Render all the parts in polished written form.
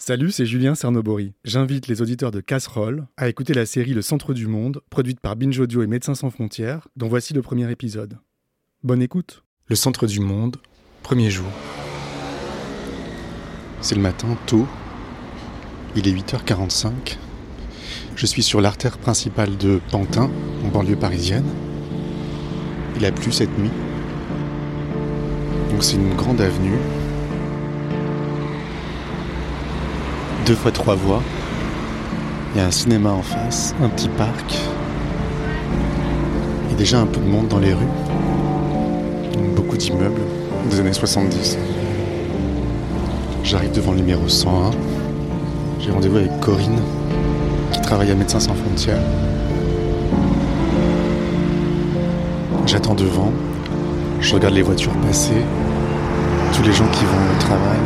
Salut, c'est Julien Cernobori. J'invite les auditeurs de Casserole à écouter la série Le Centre du Monde, produite par Binge Audio et Médecins Sans Frontières, dont voici le premier épisode. Bonne écoute. Le Centre du Monde, premier jour. C'est le matin, tôt. Il est 8h45. Je suis sur l'artère principale de Pantin, en banlieue parisienne. Il a plu cette nuit. Donc c'est une grande avenue. 2 fois 3 voies. Il y a un cinéma en face, un petit parc. Il y a déjà un peu de monde dans les rues. Beaucoup d'immeubles des années 70. J'arrive devant le numéro 101. J'ai rendez-vous avec Corinne, qui travaille à Médecins Sans Frontières. J'attends devant. Je regarde les voitures passer. Tous les gens qui vont au travail.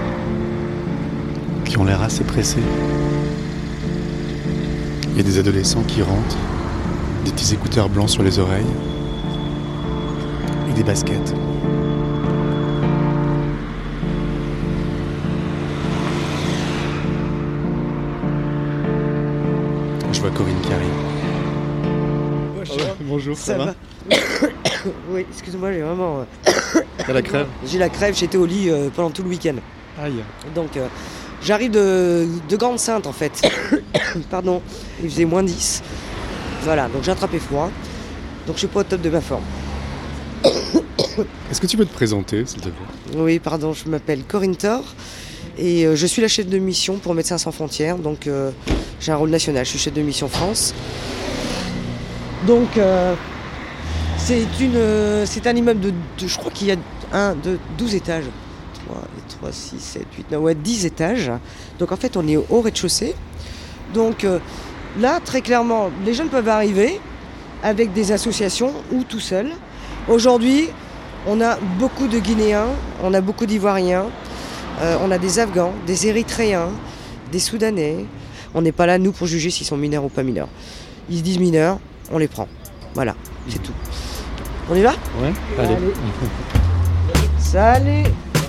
Qui ont l'air assez pressés. Il y a des adolescents qui rentrent, des petits écouteurs blancs sur les oreilles et des baskets. Je vois Corinne qui arrive. Bonjour, ça va? Oui, excuse-moi, j'ai vraiment... T'as la crève? J'ai la crève, j'étais au lit pendant tout le week-end. Aïe. Donc... j'arrive de Grande-Sainte en fait. Pardon, il faisait moins 10. Voilà, donc j'ai attrapé froid. Donc je suis pas au top de ma forme. Est-ce que tu peux te présenter, s'il te plaît? Oui, pardon, je m'appelle Corinne Thor. Et je suis la chef de mission pour Médecins Sans Frontières. Donc j'ai un rôle national, je suis chef de mission France. Donc c'est un immeuble de je crois qu'il y a 12 étages. 3, 6, 7, 8, 9, ouais, 10 étages. Donc en fait on est au rez-de-chaussée. Donc là très clairement les jeunes peuvent arriver avec des associations ou tout seuls. Aujourd'hui on a beaucoup de Guinéens, on a beaucoup d'Ivoiriens, on a des Afghans, des Érythréens, des Soudanais. On n'est pas là nous pour juger s'ils sont mineurs ou pas mineurs. Ils se disent mineurs, on les prend. Voilà, c'est tout. On y va ? Ouais, allez. Salut.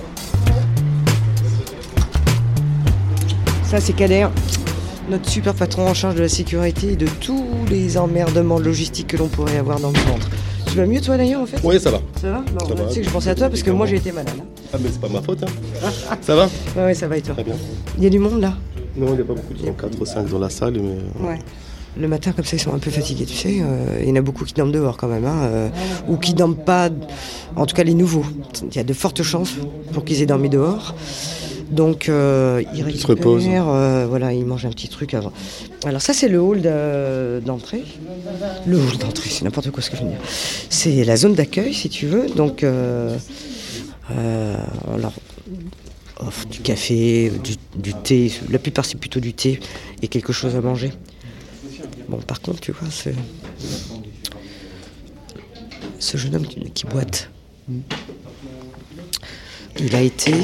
Ça c'est Kader, notre super patron en charge de la sécurité et de tous les emmerdements logistiques que l'on pourrait avoir dans le centre. Tu vas mieux toi d'ailleurs en fait ? Oui, ça va. Ça va ? Non, Ça va. tu sais que je pensais à toi parce que moi j'ai été malade. Ah mais c'est pas ma faute, hein. Ça va ? Ouais, ça va et toi ? Très bien. Il y a du monde là ? Non, il n'y a pas beaucoup de gens, 4 ou 5 dans la salle, mais... Ouais. Le matin comme ça ils sont un peu fatigués, tu sais. Il y en a beaucoup qui dorment dehors quand même, hein, ou qui dorment pas, en tout cas les nouveaux. Il y a de fortes chances pour qu'ils aient dormi dehors. Donc ils récupèrent, se reposent. Voilà, ils mangent un petit truc avant. Alors ça c'est le hall d'entrée. Le hall d'entrée, c'est n'importe quoi ce que je veux dire. C'est la zone d'accueil si tu veux. Donc on leur offre du café, du thé. La plupart c'est plutôt du thé et quelque chose à manger. Bon par contre tu vois ce jeune homme qui boite. Il a été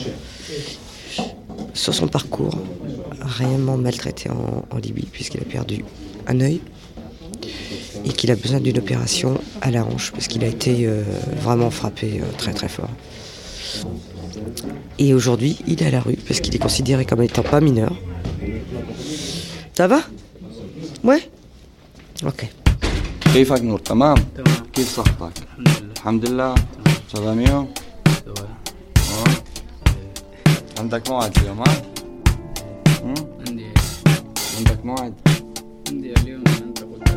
sur son parcours réellement maltraité en Libye puisqu'il a perdu un œil et qu'il a besoin d'une opération à la hanche parce qu'il a été vraiment frappé très très fort. Et aujourd'hui il est à la rue parce qu'il est considéré comme étant pas mineur. Ça va ? Ouais ? Ok. كيفك نور تمام؟ كيف صحتك؟ الحمد لله ça va mieux؟ عندك موعد اليوم ها؟ عندك موعد؟ عندي اليوم انت قلت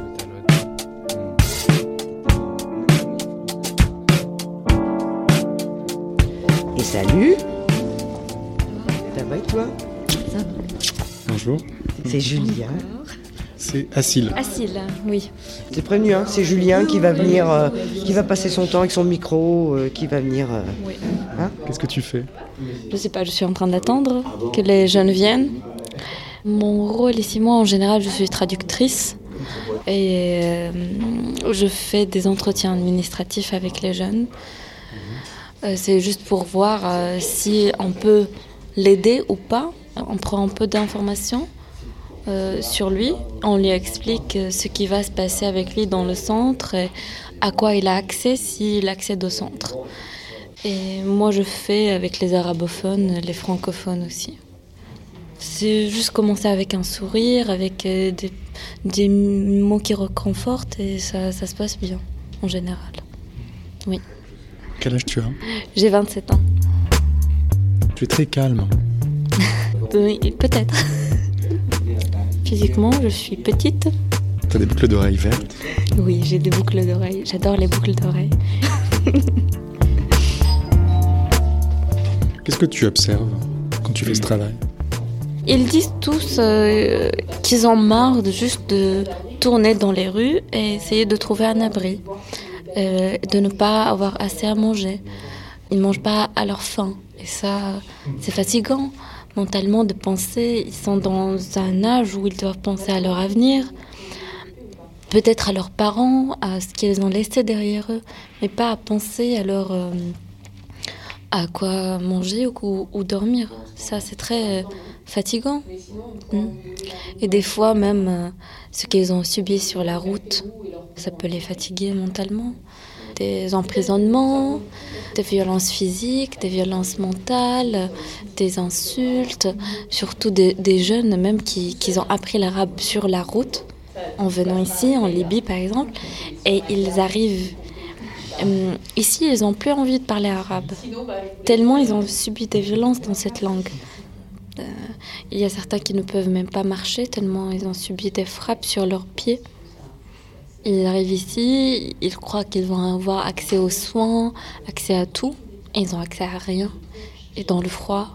Et salut. Ça va et toi ? Bonjour. C'est Julien. C'est Assil. Assil, oui. T'es prévenu, hein, c'est Julien qui va venir, qui va passer son temps avec son micro, qui va venir... Oui. Hein ? Qu'est-ce que tu fais? Je sais pas, je suis en train d'attendre que les jeunes viennent. Mon rôle ici, moi, en général, je suis traductrice et je fais des entretiens administratifs avec les jeunes. C'est juste pour voir si on peut l'aider ou pas. On prend un peu d'informations sur lui. On lui explique ce qui va se passer avec lui dans le centre et à quoi il a accès s'il accède au centre. Et moi, je fais avec les arabophones, les francophones aussi. C'est juste commencer avec un sourire, avec des mots qui réconfortent et ça se passe bien, en général. Oui. Quel âge tu as? J'ai 27 ans. Tu es très calme. Oui, peut-être. Physiquement, je suis petite. Tu as des boucles d'oreilles vertes. Oui, j'ai des boucles d'oreilles. J'adore les boucles d'oreilles. Qu'est-ce que tu observes quand tu fais ce travail? Ils disent tous qu'ils ont marre juste de tourner dans les rues et essayer de trouver un abri, de ne pas avoir assez à manger. Ils ne mangent pas à leur faim. Et ça, c'est fatigant mentalement de penser. Ils sont dans un âge où ils doivent penser à leur avenir, peut-être à leurs parents, à ce qu'ils ont laissé derrière eux, mais pas à penser à quoi manger ou dormir. Ça, c'est très fatigant. Et des fois, même ce qu'ils ont subi sur la route, ça peut les fatiguer mentalement. Des emprisonnements, des violences physiques, des violences mentales, des insultes, surtout des jeunes même qui ont appris l'arabe sur la route, en venant ici, en Libye par exemple, et ils arrivent ici, ils n'ont plus envie de parler arabe, tellement ils ont subi des violences dans cette langue. Il y a certains qui ne peuvent même pas marcher, tellement ils ont subi des frappes sur leurs pieds. Ils arrivent ici, ils croient qu'ils vont avoir accès aux soins, accès à tout, et ils n'ont accès à rien. Et dans le froid.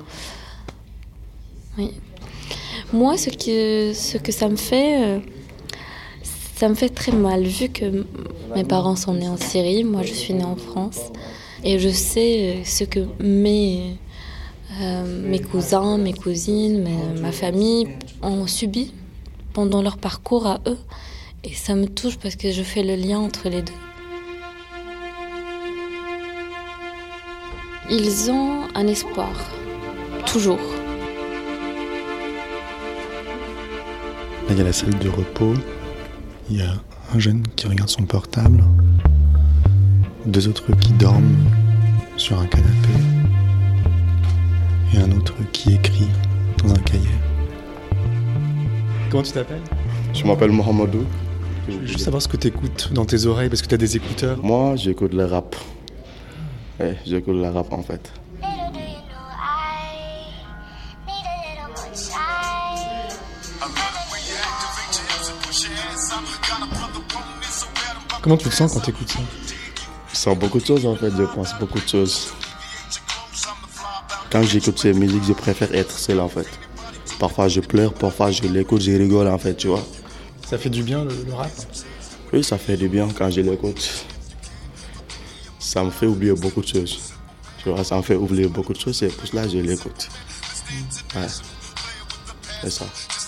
Oui. Moi, ce que ça me fait très mal, vu que mes parents sont nés en Syrie, moi je suis née en France, et je sais ce que mes cousins, mes cousines, ma famille ont subi pendant leur parcours à eux. Et ça me touche parce que je fais le lien entre les deux. Ils ont un espoir, toujours. Là, il y a la salle de repos. Il y a un jeune qui regarde son portable. 2 autres qui dorment sur un canapé. Et un autre qui écrit dans un cahier. Comment tu t'appelles? Je m'appelle Mohamedou. Je veux juste savoir ce que tu écoutes dans tes oreilles, parce que tu as des écouteurs. Moi, j'écoute le rap. Ouais, j'écoute le rap en fait. Comment tu te sens quand tu écoutes ça? Je sens beaucoup de choses en fait, je pense beaucoup de choses. Quand j'écoute ces musiques, je préfère être seul en fait. Parfois je pleure, parfois je l'écoute, je rigole en fait, tu vois. Ça fait du bien le rap? Oui, ça fait du bien quand je l'écoute. Ça me fait oublier beaucoup de choses. Tu vois, ça me fait oublier beaucoup de choses, c'est pour cela que je l'écoute. Ouais, c'est ça.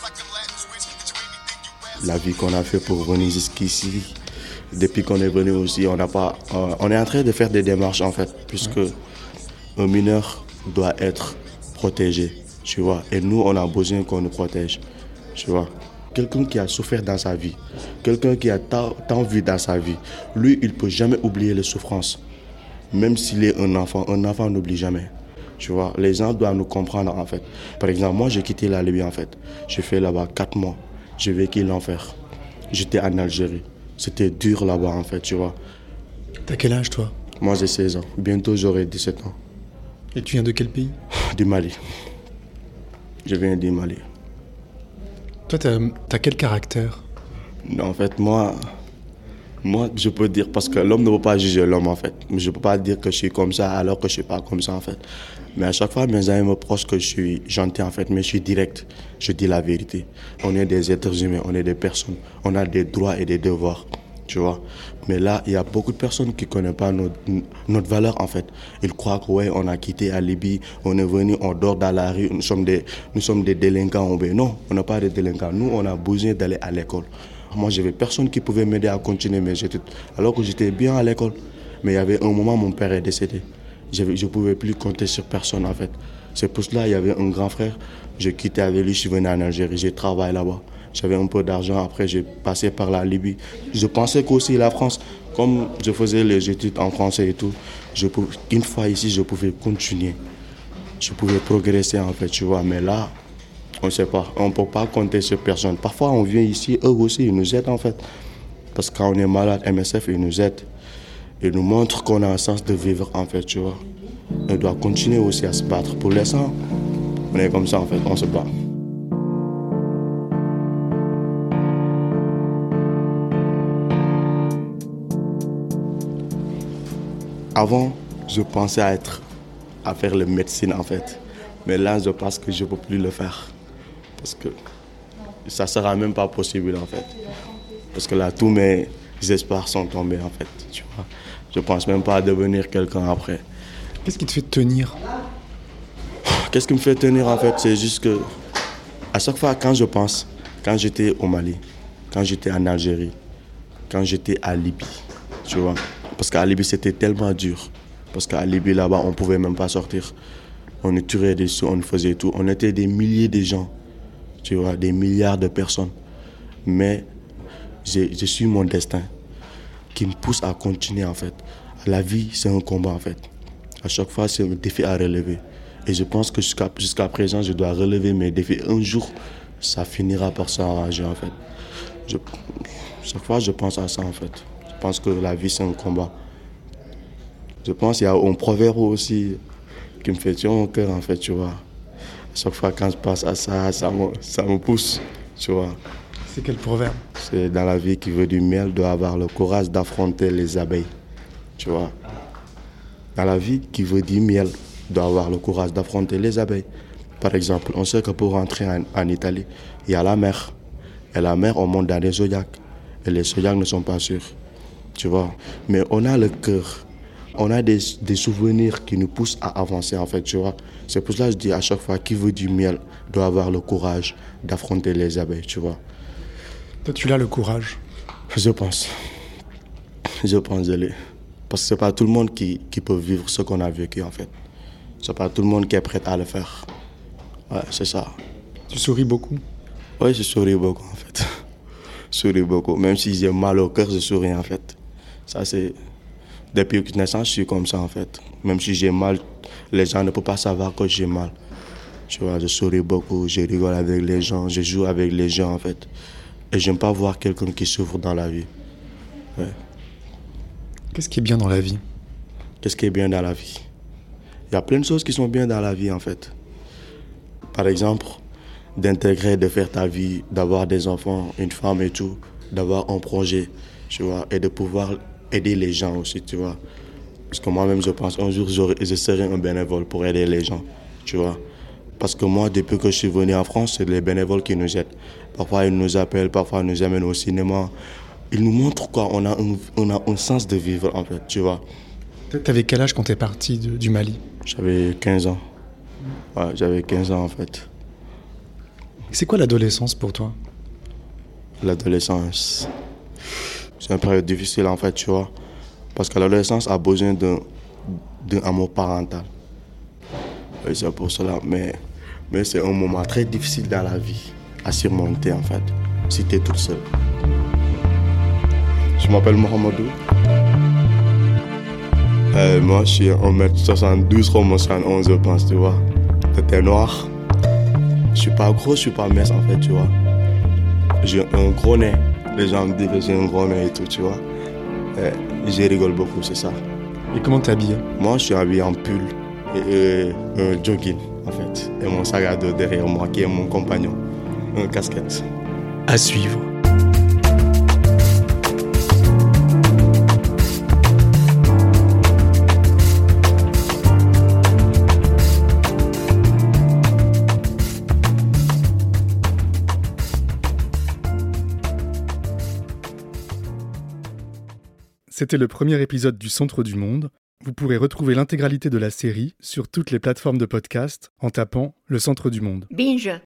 La vie qu'on a fait pour venir jusqu'ici, depuis qu'on est venu aussi, on est en train de faire des démarches en fait, puisque un mineur doit être protégé, tu vois. Et nous, on a besoin qu'on nous protège, tu vois. Quelqu'un qui a souffert dans sa vie, quelqu'un qui a tant vu dans sa vie, lui, il ne peut jamais oublier les souffrances. Même s'il est un enfant n'oublie jamais. Tu vois, les gens doivent nous comprendre en fait. Par exemple, moi, j'ai quitté la Libye en fait. J'ai fait là-bas 4 mois. J'ai vécu l'enfer. J'étais en Algérie. C'était dur là-bas en fait, tu vois. T'as quel âge toi? Moi, j'ai 16 ans. Bientôt, j'aurai 17 ans. Et tu viens de quel pays? Du Mali. Je viens du Mali. Toi, t'as quel caractère? En fait, moi, je peux dire, parce que l'homme ne peut pas juger l'homme, en fait. Je ne peux pas dire que je suis comme ça alors que je ne suis pas comme ça, en fait. Mais à chaque fois, mes amis me reprochent que je suis gentil, en fait, mais je suis direct. Je dis la vérité. On est des êtres humains, on est des personnes. On a des droits et des devoirs, tu vois. Mais là, il y a beaucoup de personnes qui ne connaissent pas notre valeur, en fait. Ils croient que, ouais, on a quitté la Libye, on est venu, on dort dans la rue, nous sommes des délinquants. Non, on n'est pas des délinquants. Nous, on a besoin d'aller à l'école. Moi, je n'avais personne qui pouvait m'aider à continuer mes études, alors que j'étais bien à l'école. Mais il y avait un moment, mon père est décédé. Je ne pouvais plus compter sur personne, en fait. C'est pour cela qu'il y avait un grand frère. J'ai quitté avec lui, je suis venu en Algérie, j'ai travaillé là-bas. J'avais un peu d'argent, après j'ai passé par la Libye. Je pensais qu'aussi la France, comme je faisais les études en français et tout, une fois ici, je pouvais continuer. Je pouvais progresser, en fait, tu vois. Mais là, On ne sait pas. On ne peut pas compter sur personne. Parfois, on vient ici, eux aussi, ils nous aident en fait. Parce que quand on est malade, MSF, ils nous aident. Ils nous montrent qu'on a un sens de vivre en fait, tu vois. On doit continuer aussi à se battre. Pour l'instant, on est comme ça en fait, on se bat. Avant, je pensais à faire la médecine en fait. Mais là, je pense que je ne peux plus le faire. Parce que ça ne sera même pas possible en fait. Parce que là, tous mes espoirs sont tombés en fait. Tu vois. Je ne pense même pas à devenir quelqu'un après. Qu'est-ce qui te fait tenir? Qu'est-ce qui me fait tenir en fait? C'est juste que à chaque fois quand je pense, quand j'étais au Mali, quand j'étais en Algérie, quand j'étais à Libye, tu vois. Parce qu'à Libye, c'était tellement dur. Parce qu'à Libye, là-bas, on ne pouvait même pas sortir. On nous tuait des sous, on nous faisait tout. On était des milliers de gens, tu vois, des milliards de personnes. Mais je suis mon destin qui me pousse à continuer, en fait. La vie, c'est un combat, en fait. À chaque fois, c'est un défi à relever. Et je pense que jusqu'à présent, je dois relever mes défis. Un jour, ça finira par s'arranger, en fait. Chaque fois, je pense à ça, en fait. Je pense que la vie, c'est un combat. Je pense qu'il y a un proverbe aussi qui me fait tuer au cœur, en fait, tu vois. À chaque fois, quand je pense à ça, ça me pousse, tu vois. C'est quel proverbe? C'est dans la vie qui veut du miel, doit avoir le courage d'affronter les abeilles, tu vois. Dans la vie qui veut du miel, doit avoir le courage d'affronter les abeilles. Par exemple, on sait que pour rentrer en Italie, il y a la mer. Et la mer, on monte dans des zodiacs. Et les zodiacs ne sont pas sûrs, tu vois. Mais on a le cœur. On a des souvenirs qui nous poussent à avancer, en fait, tu vois. C'est pour cela que je dis à chaque fois, qui veut du miel doit avoir le courage d'affronter les abeilles, tu vois. Toi, tu l'as le courage? Je pense. Je l'ai. Parce que c'est pas tout le monde qui peut vivre ce qu'on a vécu, en fait. C'est pas tout le monde qui est prêt à le faire. Ouais, c'est ça. Tu souris beaucoup? Oui, je souris beaucoup, en fait. Je souris beaucoup. Même si j'ai mal au cœur, je souris, en fait. Ça, c'est... Depuis naissance, je suis comme ça, en fait. Même si j'ai mal, les gens ne peuvent pas savoir que j'ai mal. Tu vois, je souris beaucoup, je rigole avec les gens, je joue avec les gens, en fait. Et j'aime pas voir quelqu'un qui souffre dans la vie. Ouais. Qu'est-ce qui est bien dans la vie? Qu'est-ce qui est bien dans la vie? Il y a plein de choses qui sont bien dans la vie, en fait. Par exemple, d'intégrer, de faire ta vie, d'avoir des enfants, une femme et tout, d'avoir un projet, tu vois, et de pouvoir aider les gens aussi, tu vois. Parce que moi-même, je pense, un jour, je serai un bénévole pour aider les gens, tu vois. Parce que moi, depuis que je suis venu en France, c'est les bénévoles qui nous aident. Parfois, ils nous appellent, parfois, ils nous amènent au cinéma. Ils nous montrent quoi, on a un sens de vivre, en fait, tu vois. T'avais quel âge quand t'es parti du Mali? J'avais 15 ans. Ouais, j'avais 15 ans, en fait. C'est quoi l'adolescence pour toi? L'adolescence, c'est une période difficile, en fait, tu vois. Parce que l'adolescence a besoin d'un amour parental. Et c'est pour cela. Mais c'est un moment très difficile dans la vie à surmonter, en fait, si tu es toute seule. Je m'appelle Mohamedou. Moi, je suis 1m72, 1m71, je pense, tu vois. J'étais noir. Je suis pas gros, je suis pas mince, en fait, tu vois. J'ai un gros nez. Les gens me disent que j'ai un gros nez et tout, tu vois. Je rigole beaucoup, c'est ça. Et comment t'es habillé? Moi, je suis habillé en pull et un jogging, en fait. Et mon sac à dos derrière moi, qui est mon compagnon. Un casquette. À suivre. C'était le premier épisode du Centre du Monde. Vous pourrez retrouver l'intégralité de la série sur toutes les plateformes de podcast en tapant Le Centre du Monde. Binge.